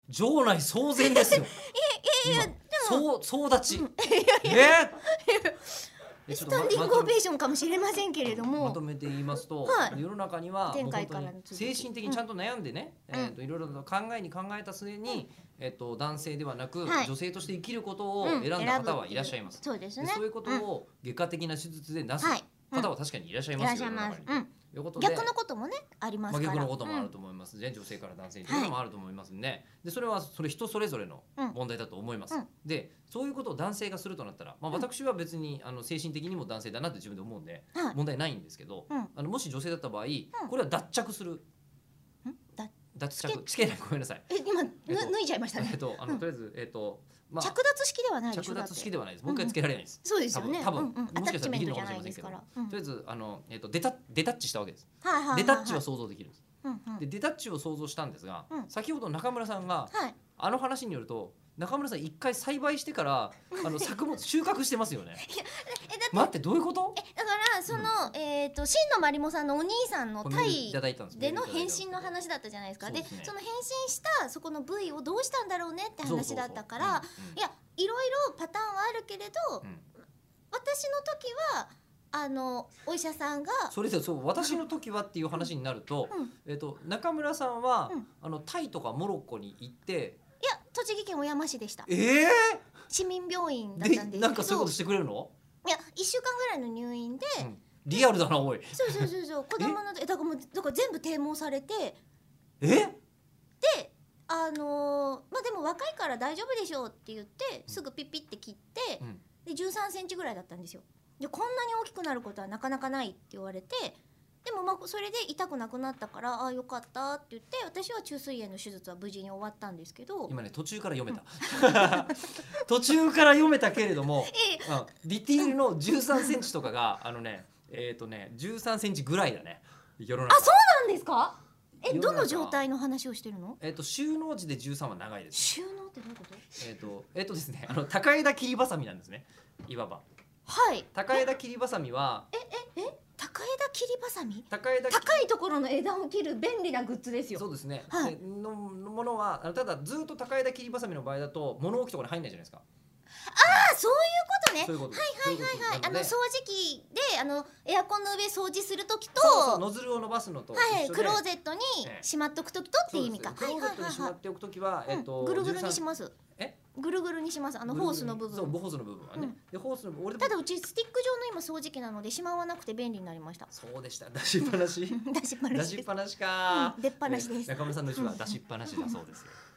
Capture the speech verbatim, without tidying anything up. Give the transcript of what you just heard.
場内騒然ですよ。 いやいやでも総立ち。えスタンディングオベーションかもしれませんけれども、 まとめて言いますと、 はい、 世の中には前回からの精神的にちゃんと悩んでね、 うん、 えー、といろいろと考えに考えた末に、うん、えー、と男性ではなく、 はい、 女性として生きることを選んだ方はいらっしゃいます。 うん、そうですね。 でそういうことを外科的な手術でなす方は確かにいらっしゃいますよ、世の中に。いうことで逆のこともねありますから、 まあ、逆のこともあると思いますね、うん、女性から男性にというのもあると思いますね、はい、でそれはそれ人それぞれの問題だと思います、うん、でそういうことを男性がするとなったら、まあ、私は別にあの精神的にも男性だなって自分で思うんで、うん、問題ないんですけど、うん、あのもし女性だった場合、うん、これは脱着する、うん、脱着つけない、ごめんなさい、 え今、えっと、脱いじゃいましたね、 えっとあの、うん、とりあえずえっとまあ、 着脱式ではないでしょ。 着脱式ではないです。もう一回つけられないです。 うんうん、そうですよね。 多分、 うんうん、 もしかしたらできるのかもしれませんけど、うん、とりあえずあのえっとデタデタッチしたわけです。 はいはいはいはい、 デタッチは想像できるんです。 うんうん、 でデタッチを想像したんですが、 うん、 先ほど中村さんが、 はい、 あの話によると中村さん一回栽培してからあの作物収穫してますよね。いやえだって待ってどういうこと？ えだからその、うん、えっと真野まりもさんのお兄さんのタイでの返信の話だったじゃないですか。で、ね、その返信したそこの部位をどうしたんだろうねって話だったから、いやいろいろパターンはあるけれど、うん、私の時はあのお医者さんがそれでそう私の時はっていう話になると、うん、えっと中村さんは、うん、あのタイとかモロッコに行って。 いや栃木県小山市でした。 えー、 市民病院だったんですけど。 なんかそういうことしてくれるの？ いやいっしゅうかんぐらいの入院で、うん、 リアルだなおい。 そうそうそうそう子供のえだからもうだから全部低毛されて、 え？ であのー、まあでも若いから大丈夫でしょうって言ってすぐピッピッて切って、うん、でじゅうさんセンチぐらいだったんですよ。でこんなに大きくなることはなかなかないって言われて。でもまあそれで痛くなくなったからああよかったって言って私は虫垂炎の手術は無事に終わったんですけど今ね途中から読めた、うん、途中から読めたけれども、ええ、うん、ディティールのじゅうさんセンチとかがあのねえっ、ー、とねじゅうさんセンチぐらいだね世の中。 あそうなんですか？えどの状態の話をしてるの？ えっ、ー、と収納時でじゅうさんは長いです。 収納ってどういうこと？ えっ、ー、とえっ、ー、とですねあの高枝切りばさみなんですねいわば。 はい。 高枝切りばさみはえええ高枝切りばさみ？ 高枝高いところの枝を切る便利なグッズですよ。 そうですね。 はい、 のものはただずっと高枝切りばさみの場合だと物置ところに入んないじゃないですか。 ああそういうことね。 そういうことはいはいはいはい。あの掃除機であのエアコンの上掃除するときと、 そうそうノズルを伸ばすのとはいクローゼットにしまっておくときとっていう意味か。 クローゼットにしまっておくときはえっとぐるぐるにします。 え？ ぐるぐるにします。あのホースの部分。 そうホースの部分はね。でホースの俺ただうちスティック状の今掃除機なのでしまわなくて便利になりました。 そうでした。出しっぱなし。 出しっぱなし。 出しっぱなしか。 出っぱなしです。 中村さんのうちは出しっぱなしだそうですよ。